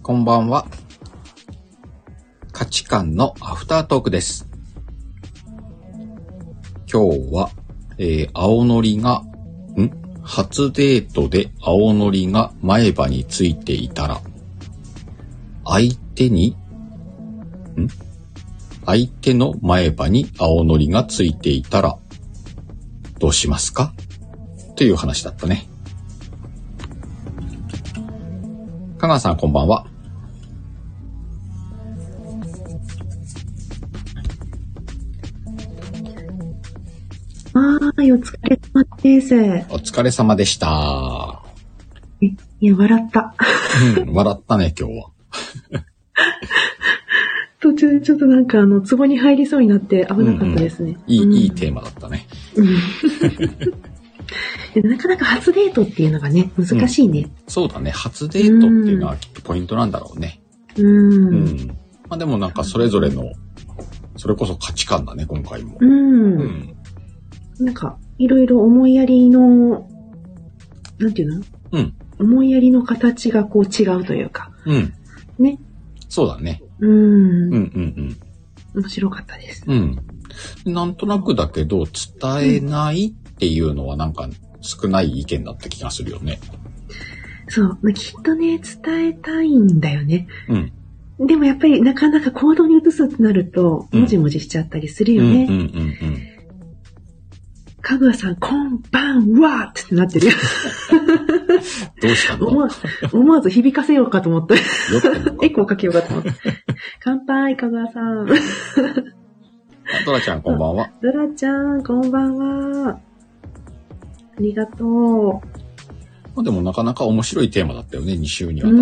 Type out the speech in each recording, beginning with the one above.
こんばんは。価値観のアフタートークです。今日は、青のりが、初デートで青のりが前歯についていたら、相手の前歯に青のりがついていたら、どうしますか？という話だったね。香川さんこんばんは。 はい、お疲れ様です。 お疲れ様でした。 いや、笑った。 笑ったね、今日は。 途中でちょっとなんかツボに入りそうになって危なかったですね。 いいテーマだったね。 なかなか初デートっていうのがね、難しいね。 そうだね、初デートっていうのはきっとポイントなんだろうね。まあでもなんかそれぞれの、それこそ価値観だね、今回も。なんか、いろいろ思いやりの、なんていうの？思いやりの形がこう違うというか。ね。 そうだね。 面白かったです。 なんとなくだけど、伝えないっていうのはなんか少ない意見だった気がするよね。 そう。きっとね、伝えたいんだよね。でもやっぱりなかなか行動に移すってなると、もじもじしちゃったりするよね。かぐわさん、こんばんはってなってるよ。 どうしたの？ 思わず響かせようかと思って。エコーかけようかと思って。乾杯、かぐわさん。 ドラちゃん、こんばんは。 ドラちゃん、こんばんは。ありがとう。 まあ、でもなかなか面白いテーマだったよね、2週にわたって。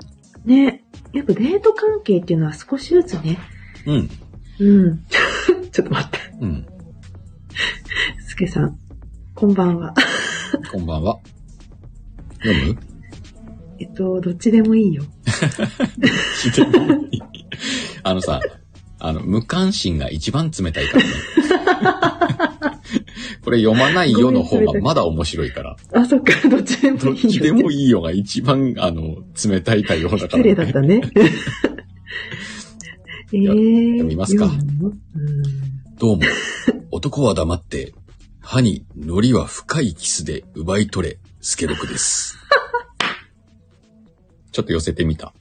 ね。やっぱデート関係っていうのは少しずつね。ちょっと待って。すけさん、こんばんは。 こんばんは。読む？ どっちでもいいよ。 どっちでもいい。さ、無関心が一番冷たいからね。これ読まないよの方がまだ面白いから。 あ、そっか、どっちでもいいよ。 どっちでもいいよが一番、冷たい対応だから、ね。 失礼だったね。 読みますか。どうも。男は黙って、歯に海苔は深いキスで奪い取れ、スケロクです。ちょっと寄せてみた。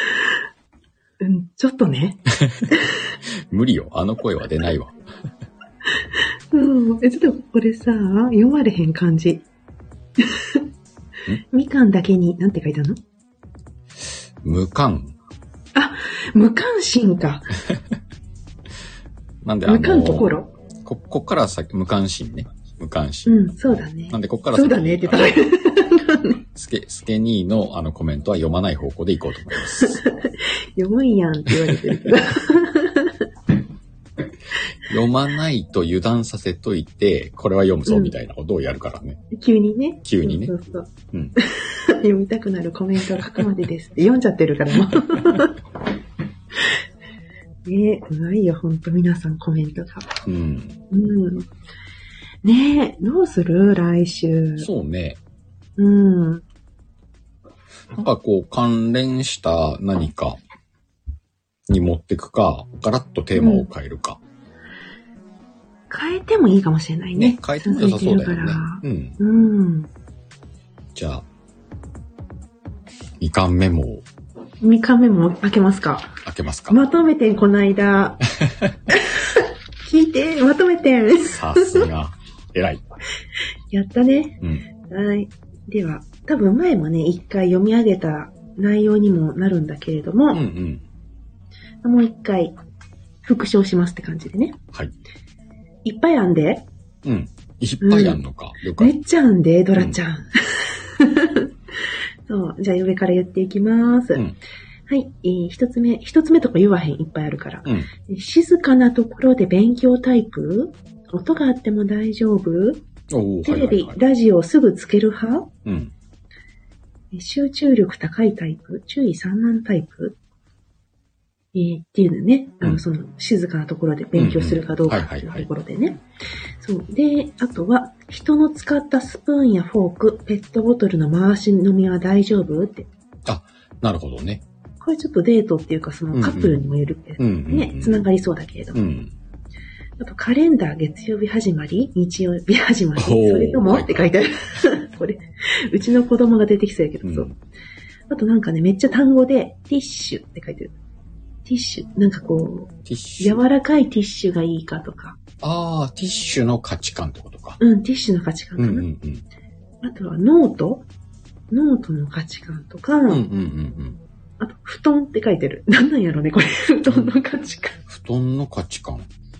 ちょっとね。 無理よ。あの声は出ないわ。 ちょっとこれさ、読まれへん感じ。みかんだけに、なんて書いたの？ 無関。 あ、無関心か。 なんで無関ところ。 こっから先、無関心ね。無関心。 そうだね。 なんでこっから先。 そうだねって言ったら。 スケニーのコメントは読まない方向でいこうと思います。 読むんやんって言われてるけど。 読まないと油断させといて、これは読むぞみたいなことをやるからね。 急にね。 急にね。 そう。読みたくなるコメントを書くまでですって読んじゃってるからもう。ねえ、うまいよ、ほんと皆さんコメントが。ねえ、どうする？来週。 そうね。なんかこう関連した何かに持ってくか、ガラッとテーマを変えるか。 変えてもいいかもしれないね。 変えても良さそうだよね。じゃあ、みかんメモを。 みかんメモ開けますか？ 開けますか。 まとめてん、こないだ。聞いて、まとめてん。 さすが。偉い。 やったね。はい。では、多分前もね、一回読み上げた内容にもなるんだけれども、もう一回復唱しますって感じでね。 はい。 いっぱいあんで。 いっぱいあんのか。 めっちゃあんで、ドラちゃん。そう。じゃあ上から言っていきます。はい。一つ目とか言わへん、いっぱいあるから。静かなところで勉強タイプ？音があっても大丈夫？テレビ、ラジオをすぐつける派？集中力高いタイプ？注意散漫タイプ？っていうのね、その静かなところで勉強するかどうかっていうところでね。そう。で、あとは、人の使ったスプーンやフォーク、ペットボトルの回し飲みは大丈夫って。 なるほどね。 これちょっとデートっていうか、そのカップルにもよるけど、ね、つながりそうだけれど。あと、カレンダー月曜日始まり、日曜日始まり、それともって書いてある。これ、うちの子供が出てきそうやけど、そう。あとなんかね、めっちゃ単語で、ティッシュって書いてる。ティッシュ、なんかこう、柔らかいティッシュがいいかとか。 ああ、ティッシュの価値観ってことか。 ティッシュの価値観かな。あとはノートの価値観とか、あと、布団って書いてる。なんなんやろね、これ。布団の価値観。 布団の価値観。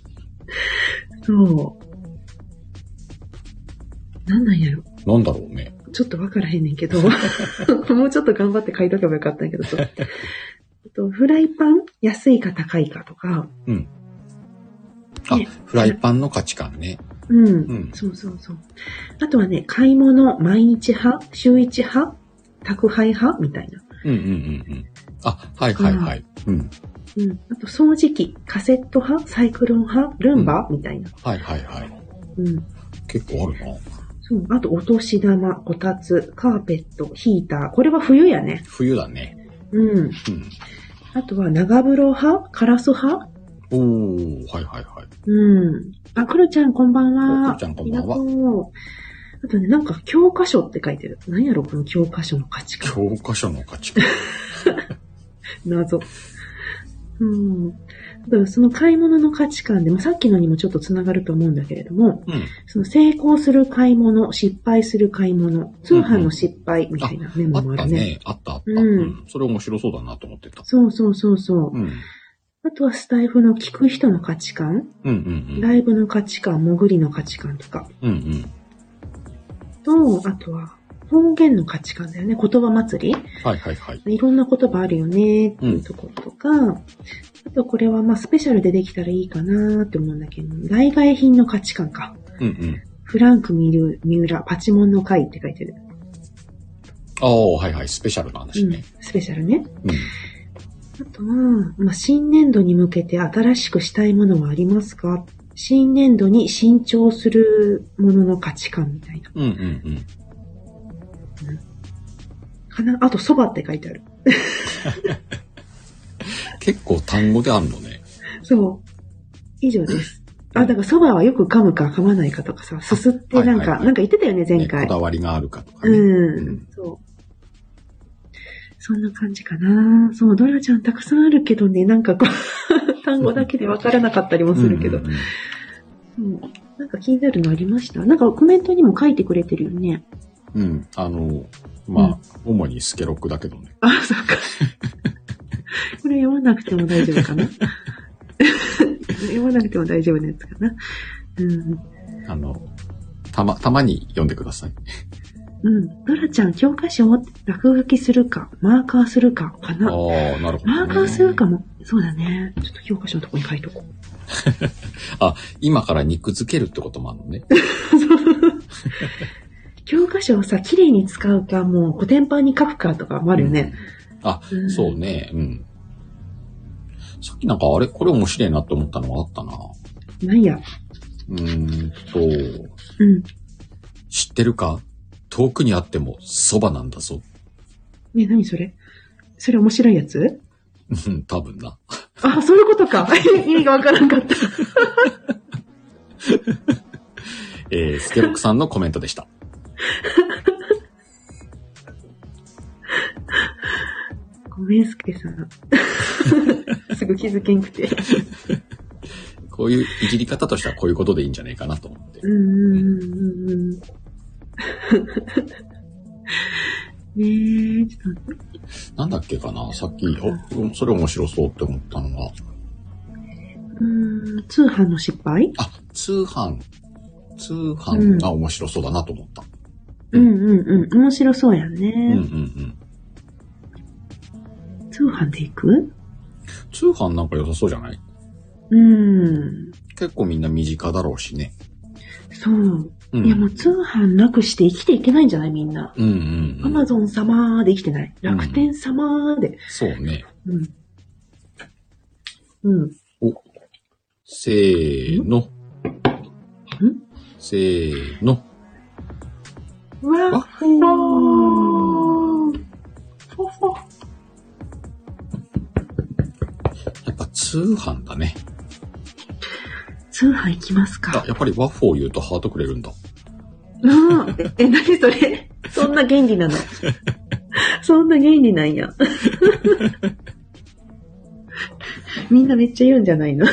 そう。なんなんやろ。 なんだろうね。 ちょっとわからへんねんけど。もうちょっと頑張って書いとけばよかったんやけど、そう。フライパン安いか高いかとか。 フライパンの価値観ね。 そうそうそう。あとはね、買い物、毎日派、週一派、宅配派みたいな。 はいはいはい。 あと、掃除機、カセット派、サイクロン派、ルンバ、みたいな。 はいはいはい。結構あるな。 そう。あと、お年玉、こたつ、カーペット、ヒーター。これは冬やね。 冬だね。 あとは、長風呂派、カラス派。 はいはいはい。 あ、クロちゃんこんばんは。 クロちゃんこんばんは。 あとね、なんか、教科書って書いてる。何やろ、この教科書の価値観。 教科書の価値観。 謎。だからその買い物の価値観で、さっきのにもちょっとつながると思うんだけれども、その成功する買い物、失敗する買い物、通販の失敗みたいなメモもあるね。 あった。それ面白そうだなと思ってた。 そう。あとはスタイフの聞く人の価値観、ライブの価値観、潜りの価値観とか。あとは方言の価値観だよね。言葉祭り。いろんな言葉あるよねっていうところとか、あとこれはスペシャルでできたらいいかなって思うんだけど、代替品の価値観か。フランク・三浦、パチモンの会って書いてる。 スペシャルな話ね。 スペシャルね。あとは、新年度に向けて新しくしたいものはありますか？新年度に新調するものの価値観みたいな。あと、蕎麦って書いてある。 結構単語であるのね。 そう。以上です。だから蕎麦はよく噛むか噛まないかとかさ、すすってなんか言ってたよね、前回。 こだわりがあるかとかね。 そう。そんな感じかな。そう、ドラちゃんたくさんあるけどね、なんかこう、単語だけでわからなかったりもするけど。なんか気になるのありました？なんかコメントにも書いてくれてるよね。 主にスケロックだけどね。 そっか。これ読まなくても大丈夫かな読まなくても大丈夫なやつかな。 たまに読んでください。 ドラちゃん、教科書を落書きするか、マーカーするか、かな。 なるほど、ね。 マーカーするかも。そうだね。ちょっと教科書のとこに書いとこう。 今から肉付けるってこともあるのね。 教科書をさ、綺麗に使うか、もう古典版に書くかとかもあるよね。 そうね。さっきなんかこれ面白いなって思ったのがあったな。 何や。 知ってるか？遠くにあってもそばなんだぞ。 何それ？それ面白いやつ？ 多分な。 そういうことか。意味がわからんかった。 スケロクさんのコメントでした。 ごめん、スケさん。すぐ気づけんくて。 こういういじり方としてはこういうことでいいんじゃないかなと思って。ねえ、ちょっと待って。 なんだっけかな、さっき、それ面白そうって思ったのが。 通販の失敗？ 通販が面白そうだなと思った。 面白そうやね。通販で行く？ 通販なんか良さそうじゃない？結構みんな身近だろうしね。 そう。いやもう通販なくして生きていけないんじゃないみんな。アマゾン様で生きてない。楽天様で。 そうね。せーの。せーの。 わっほー。 通販だね。 通販行きますか。 やっぱりワッフを言うとハートくれるんだ。 何それそんな原理なのそんな原理なんや。みんなめっちゃ言うんじゃないの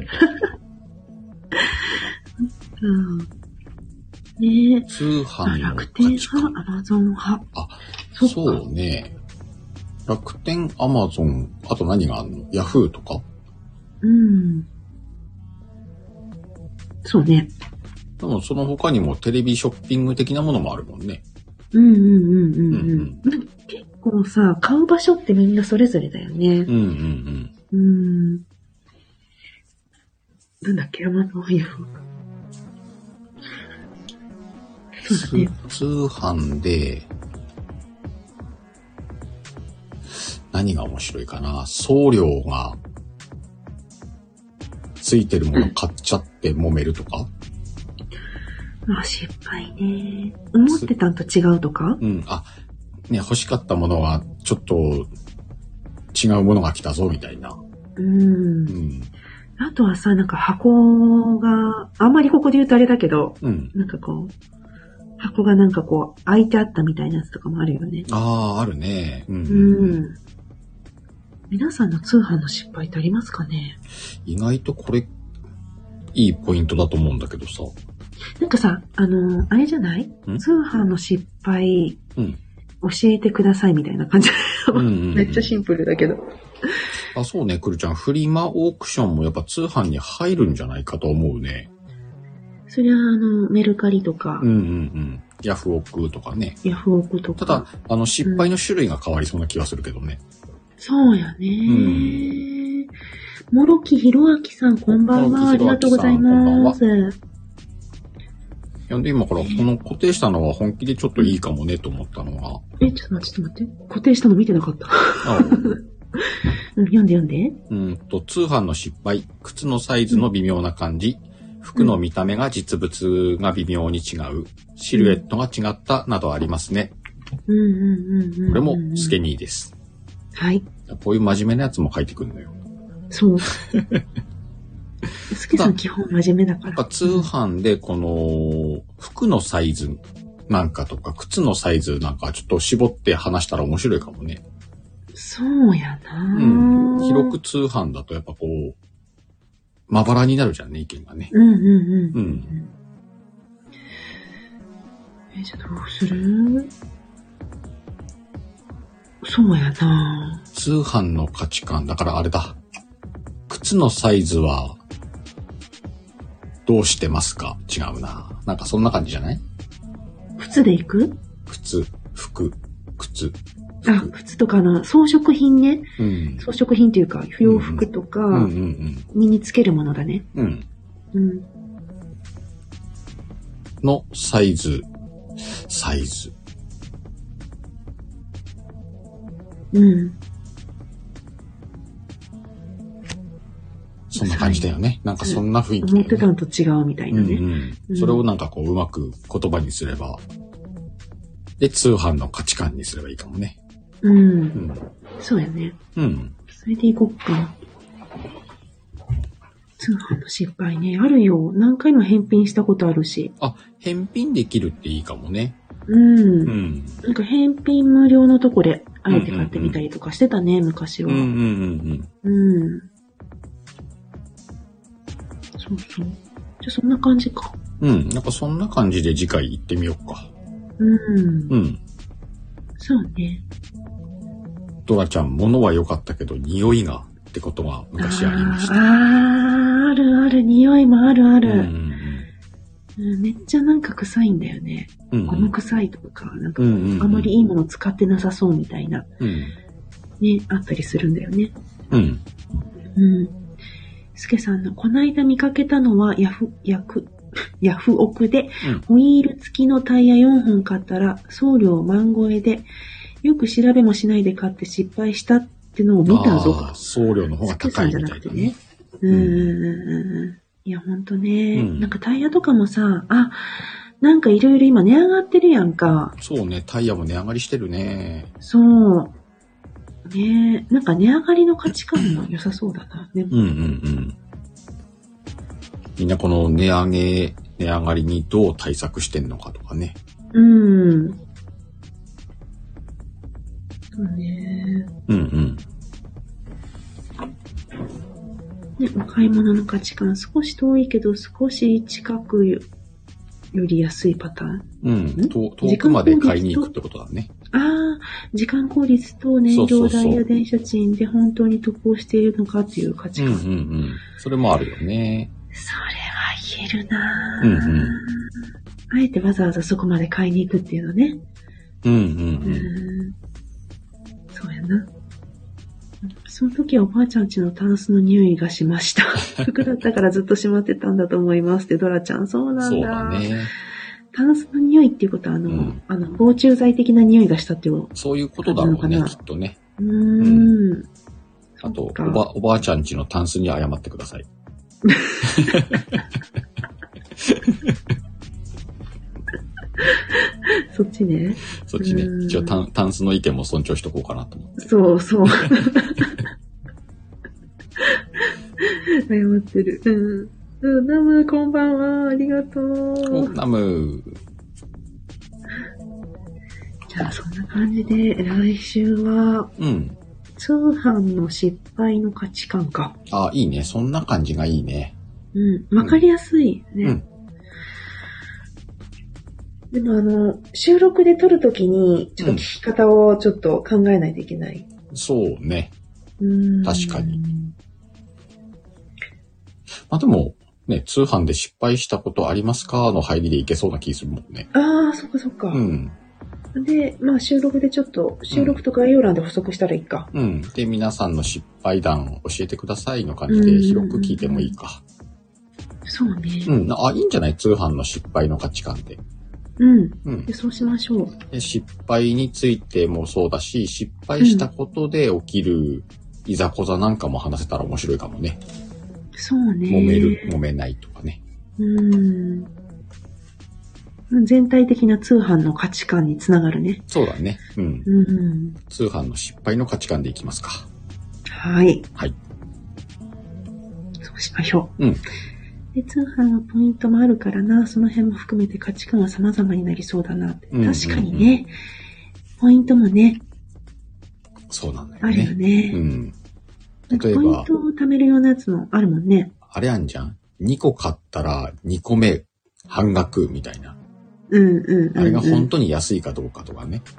ねえ。 通販の楽天派、アマゾン派。 そうね。楽天、アマゾン、あと何があるの？ヤフーとか？ そうね。 でもその他にもテレビショッピング的なものもあるもんね。 結構さ、買う場所ってみんなそれぞれだよね。なんだっけ、アマゾン、ヤフー。そうだね。 通販で、何が面白いかな。送料がついてるもの買っちゃって揉めるとか。 失敗ね。思ってたんと違うとか？ 欲しかったものはちょっと違うものが来たぞみたいな。 あとはさ、なんか箱が、あんまりここで言うとあれだけど、なんかこう、箱がなんかこう、開いてあったみたいなやつとかもあるよね。 あるね。 皆さんの通販の失敗ってありますかね？ 意外とこれ、いいポイントだと思うんだけどさ。 なんかさ、あれじゃない？通販の失敗、教えてくださいみたいな感じ。めっちゃシンプルだけど。 そうね、くるちゃん。フリマオークションもやっぱ通販に入るんじゃないかと思うね。 それはメルカリとか。 ヤフオクとかね。 ヤフオクとか。 ただ、失敗の種類が変わりそうな気がするけどね。 そうやね。諸木弘明さん、こんばんは。ありがとうございます。 で、今からこの固定したのは本気でちょっといいかもねと思ったのが。 ちょっと待って。固定したの見てなかった。読んで。 通販の失敗、靴のサイズの微妙な感じ、服の見た目が実物が微妙に違う、シルエットが違ったなどありますね。これもスケニーです。 はい。 こういう真面目なやつも書いてくるのよ。 そう。スケさん基本真面目だから。 通販でこの服のサイズなんかとか靴のサイズなんかちょっと絞って話したら面白いかもね。 そうやな。 広く通販だとやっぱこうまばらになるじゃんね、意見がね。 じゃあどうする？そうやな。 通販の価値観だからあれだ。靴のサイズはどうしてますか？違うな。なんかそんな感じじゃない？ 靴で行く？ 靴、服、靴。 靴とかな、装飾品ね。装飾品っていうか、洋服とか、身につけるものだね。 のサイズ。そんな感じだよね。なんかそんな雰囲気、 思ってたのと違うみたいなね。 それをなんかこううまく言葉にすれば、で、通販の価値観にすればいいかもね。 そうやね。それでいこっか。通販の失敗ね。あるよ。何回も返品したことあるし。 返品できるっていいかもね。 なんか返品無料のとこで、あえて買ってみたりとかしてたね、昔は。そう。じゃあそんな感じか。 なんかそんな感じで次回行ってみようか。 そうね。 ドラちゃん、物は良かったけど、匂いがってことが昔ありました。 ある、匂いもある。めっちゃなんか臭いんだよね。ゴム臭いとか、なんかあんまりいいもの使ってなさそうみたいな。ね、あったりするんだよね。スケさんの、こないだ見かけたのはヤフオクで、ホイール付きのタイヤ4本買ったら送料万超えで、よく調べもしないで買って失敗したってのを見たぞ。 送料の方が高いみたいだね。 いや、ほんとね、なんかタイヤとかもさ、なんかいろいろ今値上がってるやんか。 そうね、タイヤも値上がりしてるね。 そう。 ね。なんか値上がりの価値観も良さそうだな。ね、 うんうんうん。みんなこの値上がりにどう対策してんのかとかね。 そうね。 うんうん。 ね、お買い物の価値観、少し遠いけど少し近くより安いパターン。 うん。遠くまで買いに行くってことだね。 ああ、時間効率と燃料代や電車賃で本当に得をしているのかっていう価値観。 それもあるよね。 それは言えるなぁ。 あえてわざわざそこまで買いに行くっていうのね。そうやな。その時はおばあちゃん家のタンスの匂いがしました。服だったからずっとしまってたんだと思いますってドラちゃん。そうなんだ。 そうだね。 タンスの匂いっていうことは防虫剤的な匂いがしたっていう。 そういうことだろうね、きっとね。あと、おばあちゃん家のタンスに謝ってください。 そっちね。 そっちね。一応タンスの意見も尊重しとこうかなと思って。 そうそう。謝ってる。ナム、こんばんは。ありがとう。 ナム。 じゃあ、そんな感じで、来週は、通販の失敗の価値観か。 あ、いいね。そんな感じがいいね。 わかりやすいね。でも収録で撮るときに、ちょっと聞き方をちょっと考えないといけない。 そうね。確かに。まあでも、ね、通販で失敗したことありますかの入りでいけそうな気するもんね。 ああ、そっかそっか。で、まあ収録でちょっと、収録と概要欄で補足したらいいか。 で、皆さんの失敗談教えてくださいの感じで広く聞いてもいいか。 そうね。 いいんじゃない通販の失敗の価値観で。 で、そうしましょう。 で。失敗についてもそうだし、失敗したことで起きるいざこざなんかも話せたら面白いかもね。 そうね。 揉めないとかね。 全体的な通販の価値観につながるね。 そうだね。通販の失敗の価値観でいきますか。 はい。 はい。 そうしましょう。で、通販のポイントもあるからな、その辺も含めて価値観は様々になりそうだな。確かにね。ポイントもね。 そうなんだよね。 あるよね。例えば。ポイントを貯めるようなやつもあるもんね。 あれあんじゃん ?2 個買ったら2個目半額みたいな。あれが本当に安いかどうかとかね。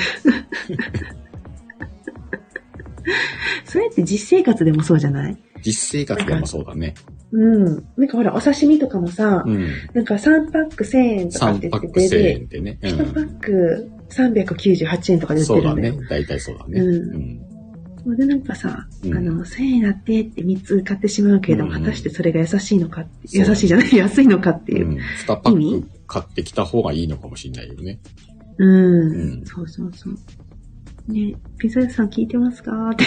それって実生活でもそうじゃない？ 実生活でもそうだね。 なんかほら、お刺身とかもさ、なんか3パック1000円とかって言ってて、 3パック1000円でね。 1パック398円とかで売ってるんだよ。 そうだね。大体そうだね。 で、なんかさ、1000円だってって3つ買ってしまうけれども、果たしてそれが優しいのか、優しいじゃない、安いのかっていう。 2パック買ってきた方がいいのかもしれないよね。 そうそうそう。ね、ピザ屋さん聞いてますかって。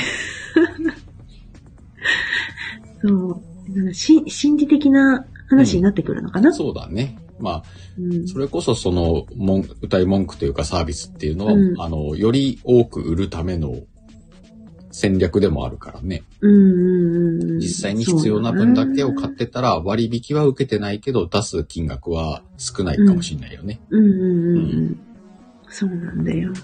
そう。心理的な話になってくるのかな、 そうだね。まあ、それこそその歌い文句というかサービスっていうのは、より多く売るための戦略でもあるからね。実際に必要な分だけを買ってたら割引は受けてないけど出す金額は少ないかもしれないよね。 そうなんだよ。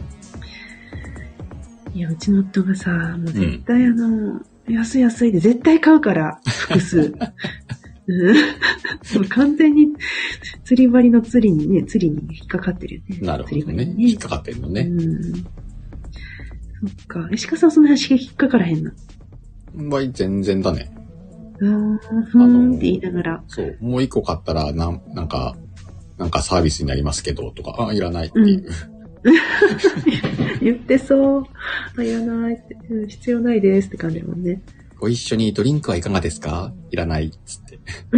いや、うちの夫がさ、もう絶対安いで絶対買うから、複数。もう完全に釣り針の釣りに引っかかってるよね。 なるほどね。引っかかってるのね。 そっか。石川さんその辺引っかからへんの？ 全然だね。 って言いながら。 そう。もう一個買ったら、なんかサービスになりますけど、とか、いらないっていう。 言ってそう。いらないって。必要ないですって感じだもんね。 ご一緒にドリンクはいかがですか？いらないっつって。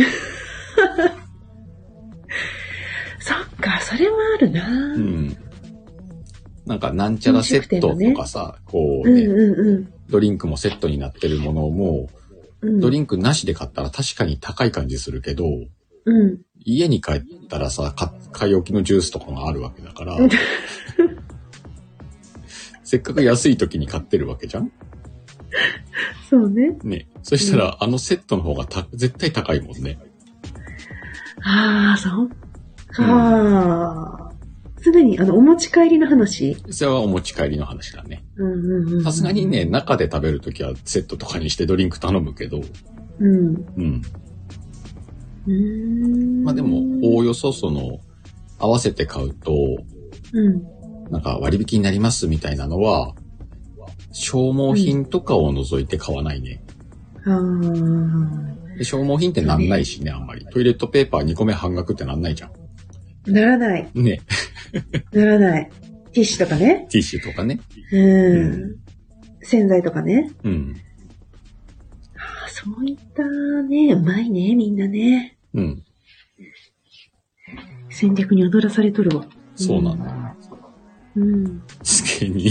そっか、それもあるな。 なんかなんちゃらセットとかさ、こうね、ドリンクもセットになってるものも、ドリンクなしで買ったら確かに高い感じするけど、家に帰ったらさ、買い置きのジュースとかがあるわけだから、 せっかく安い時に買ってるわけじゃん。 そうね。 ね。そしたら、セットの方が絶対高いもんね。 ああ、そっか。すでに、お持ち帰りの話？ それはお持ち帰りの話だね。さすがにね、中で食べるときはセットとかにしてドリンク頼むけど。まあでも、おおよそ合わせて買うと、なんか割引になりますみたいなのは、消耗品とかを除いて買わないね。で消耗品ってなんないしね、あんまり。トイレットペーパー2個目半額ってなんないじゃん。 ならない。 ね。 ならない。ティッシュとかね。 ティッシュとかね。 洗剤とかね。そういったね、うまいね、みんなね。戦略に踊らされとるわ。 そうなんだ。次に。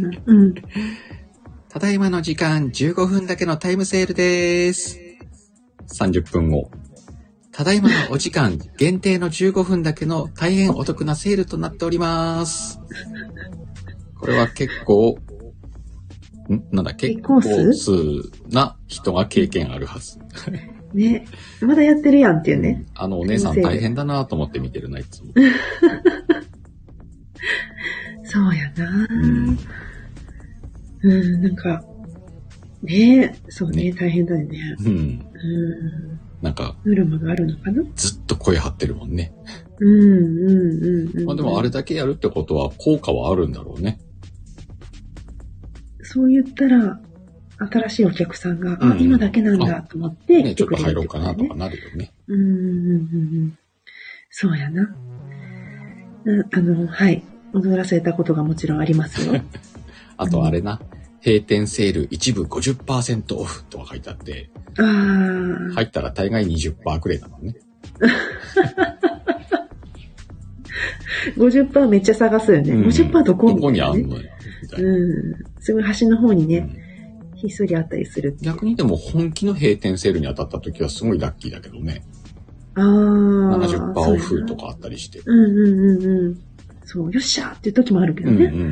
ただいまの時間15分だけのタイムセールです。30分後。ただいまのお時間限定の15分だけの大変お得なセールとなっております。これは結構、結構数な人が経験あるはず。 ね。まだやってるやんっていうね。 お姉さん大変だなと思って見てるな、いつも。 そうやな。なんか、ねそうね、大変だよね。なんか、ノルマがあるのかな？ ずっと声張ってるもんね。まあでもあれだけやるってことは効果はあるんだろうね。 そう言ったら、新しいお客さんが、今だけなんだと思って、 ね、ちょっと入ろうかなとかなるよね。 そうやな。はい。踊らせたことがもちろんありますよ。 あとあれな、閉店セール一部 50% オフとか書いてあって、入ったら大概 20% くらいなのね。 50% めっちゃ探すよね。50% どこどこにあんのよ。 すごい端の方にね、ひっそりあったりする。 逆にでも本気の閉店セールに当たった時はすごいラッキーだけどね。70% オフとかあったりして。 そう、よっしゃーっていう時もあるけどね。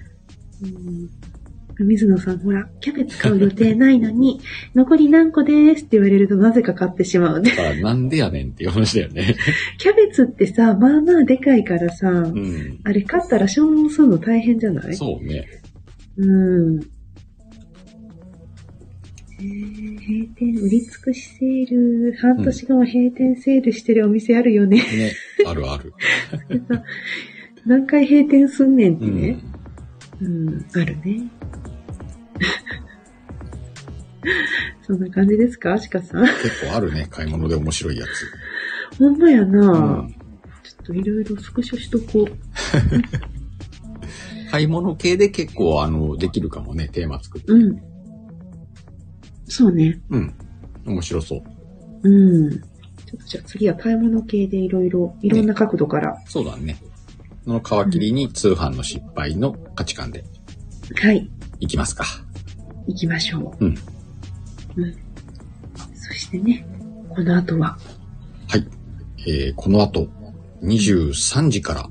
水野さん、ほら、キャベツ買う予定ないのに、残り何個ですって言われるとなぜか買ってしまう。 だからなんでやねんっていう話だよね。 キャベツってさ、まあまあでかいからさ、あれ買ったら消耗するの大変じゃない？ そうね。 閉店、売り尽くしセール、半年後も閉店セールしてるお店あるよね。 ね、あるある。 何回閉店すんねんってね。あるね。そんな感じですか、アシカさん。 結構あるね、買い物で面白いやつ。 ほんまやな、ちょっといろいろスクショしとこう。 買い物系で結構できるかもね、テーマ作って。 そうね。 面白そう。 ちょっとじゃあ次は買い物系でいろんな角度から。 そうだね。その皮切りに通販の失敗の価値観で。 はい。 いきますか。 いきましょう。そしてね、この後は。 はい。この後、23時から、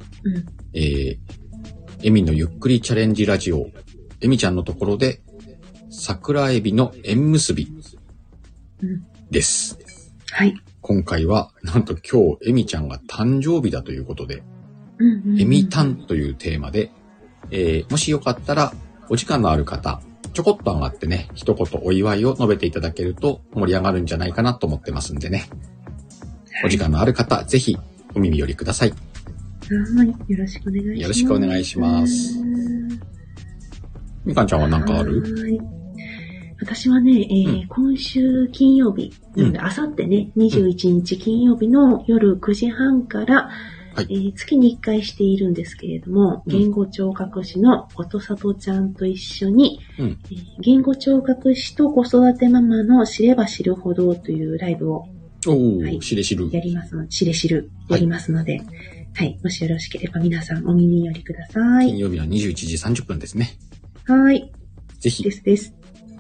エミのゆっくりチャレンジラジオ、エミちゃんのところで、桜エビの縁結びです。 はい。 今回は、なんと今日、エミちゃんが誕生日だということで、エミタンというテーマで、もしよかったら、お時間のある方、ちょこっと上がってね、一言お祝いを述べていただけると盛り上がるんじゃないかなと思ってますんでね。お時間のある方、ぜひお耳寄りください。 はい。よろしくお願いします。 よろしくお願いします。みかんちゃんは何かある？ はい。私はね、今週金曜日、あさってね、21日金曜日の夜9時半から、月に1回しているんですけれども、言語聴覚士の音里ちゃんと一緒に、言語聴覚士と子育てママの知れば知るほどというライブを、 知れ知る。 やりますので、知れ知る、やりますので、はい、もしよろしければ皆さんお耳寄りください。 金曜日の21時30分ですね。 はい。 ぜひ。 です。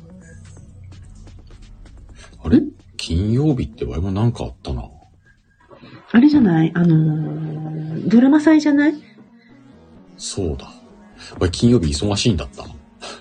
あれ？金曜日ってわいもなんかあったな。 あれじゃない？ドラマ祭じゃない？ そうだ。 俺金曜日忙しいんだった。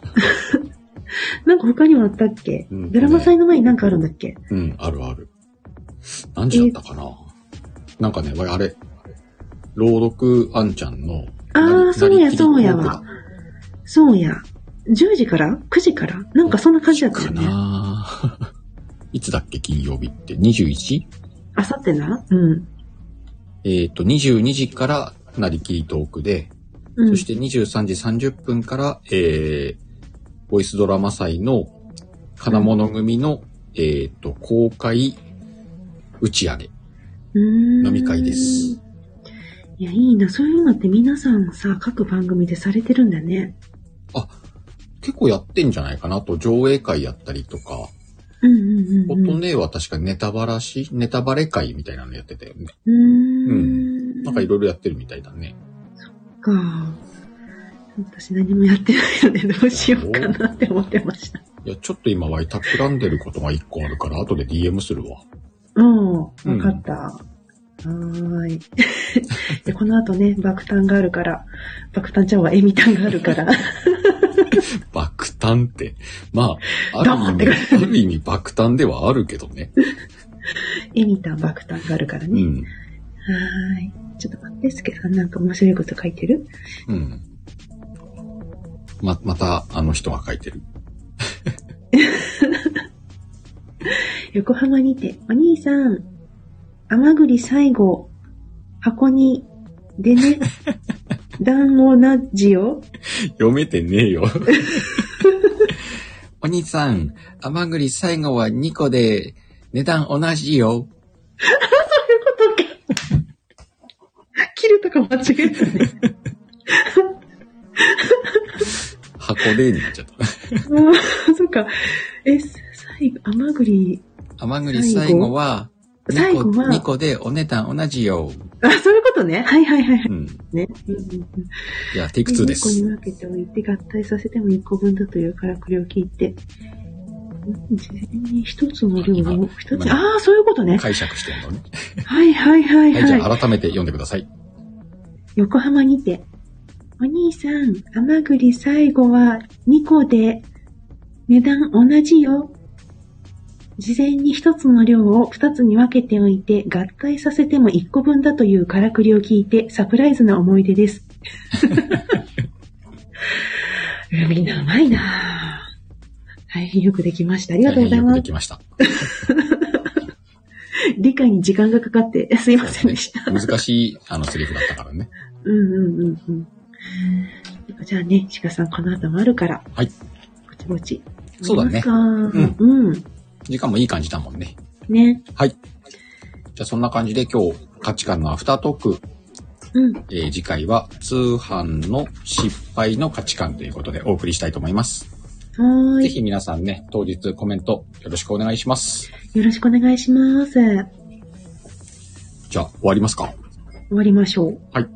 なんか他にもあったっけ、ドラマ祭の前になんかあるんだっけ？ あるある。何時だったかな、なんかね、あれ、朗読あんちゃんの。 そうや、そうやわ。そうや。10時から ?9 時からなんかそんな感じだったよね。 いつだっけ、金曜日って。21？ あさってな 22時からなりきりトークで、そして23時30分から、ボイスドラマ祭の金物組の、公開打ち上げ。飲み会です。 いや、いいな。そういうのって皆さんさ、各番組でされてるんだね。 結構やってんじゃないかなと。上映会やったりとか。音ねは確かネタバレ会みたいなのやってたよね。なんかいろいろやってるみたいだね。 そっか。私何もやってないのでどうしようかなって思ってました。 いや、ちょっと今は企んでることが1個あるから、後で DM するわ。 わかった。はーい。で、この後ね、爆誕があるから、爆誕ちゃんはエミタンがあるから。 爆誕って、まあ、ある意味爆誕ではあるけどね。 エミタン爆誕があるからね。はーい。ちょっと待って、スケさんなんか面白いこと書いてる？ またあの人が書いてる。 横浜にて、お兄さん、甘栗最後、箱に、でね、団子なじよ。 読めてねえよ。お兄さん、甘栗最後は2個で、値段同じよ。 そういうことか。切るとか間違えたね。 箱でになっちゃった。 そっか。甘栗最後は2個でお値段同じよ。 そういうことね。はい。ね。 いや、テイク2です。 2個に分けておいて合体させても1個分だというからくりを聞いて、事前に1つの量を2つ、そういうことね。 解釈してるのね。 はい。 じゃあ改めて読んでください。 横浜にて、お兄さん、甘栗最後は2個で値段同じよ。事前に1つの量を2つに分けておいて合体させても1個分だというからくりを聞いてサプライズな思い出です。みんなうまいなぁ。大変よくできました。ありがとうございます。 よくできました。 理解に時間がかかってすいませんでした。 難しいセリフだったからね。 じゃあね、鹿さんこの後もあるから。 はい。 ぼちぼち。 そうだね。時間もいい感じだもんね。 ね。 はい。じゃあそんな感じで今日価値観のアフタートーク。次回は通販の失敗の価値観ということでお送りしたいと思います。ぜひ皆さんね、当日コメントよろしくお願いします。 よろしくお願いします。 じゃあ終わりますか？ 終わりましょう。 はい。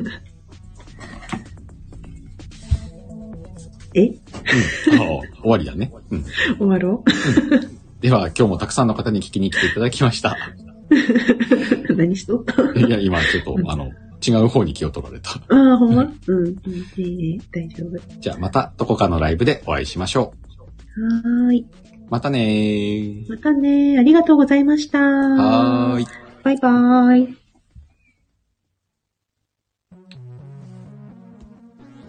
終わりだね。 終わろう。では今日もたくさんの方に聞きに来ていただきました。 何しとった？ いや、今ちょっと違う方に気を取られた。 ほんま？大丈夫。 じゃあまたどこかのライブでお会いしましょう。はーい。 またねー。 ありがとうございました。 はーい。 バイバーイ。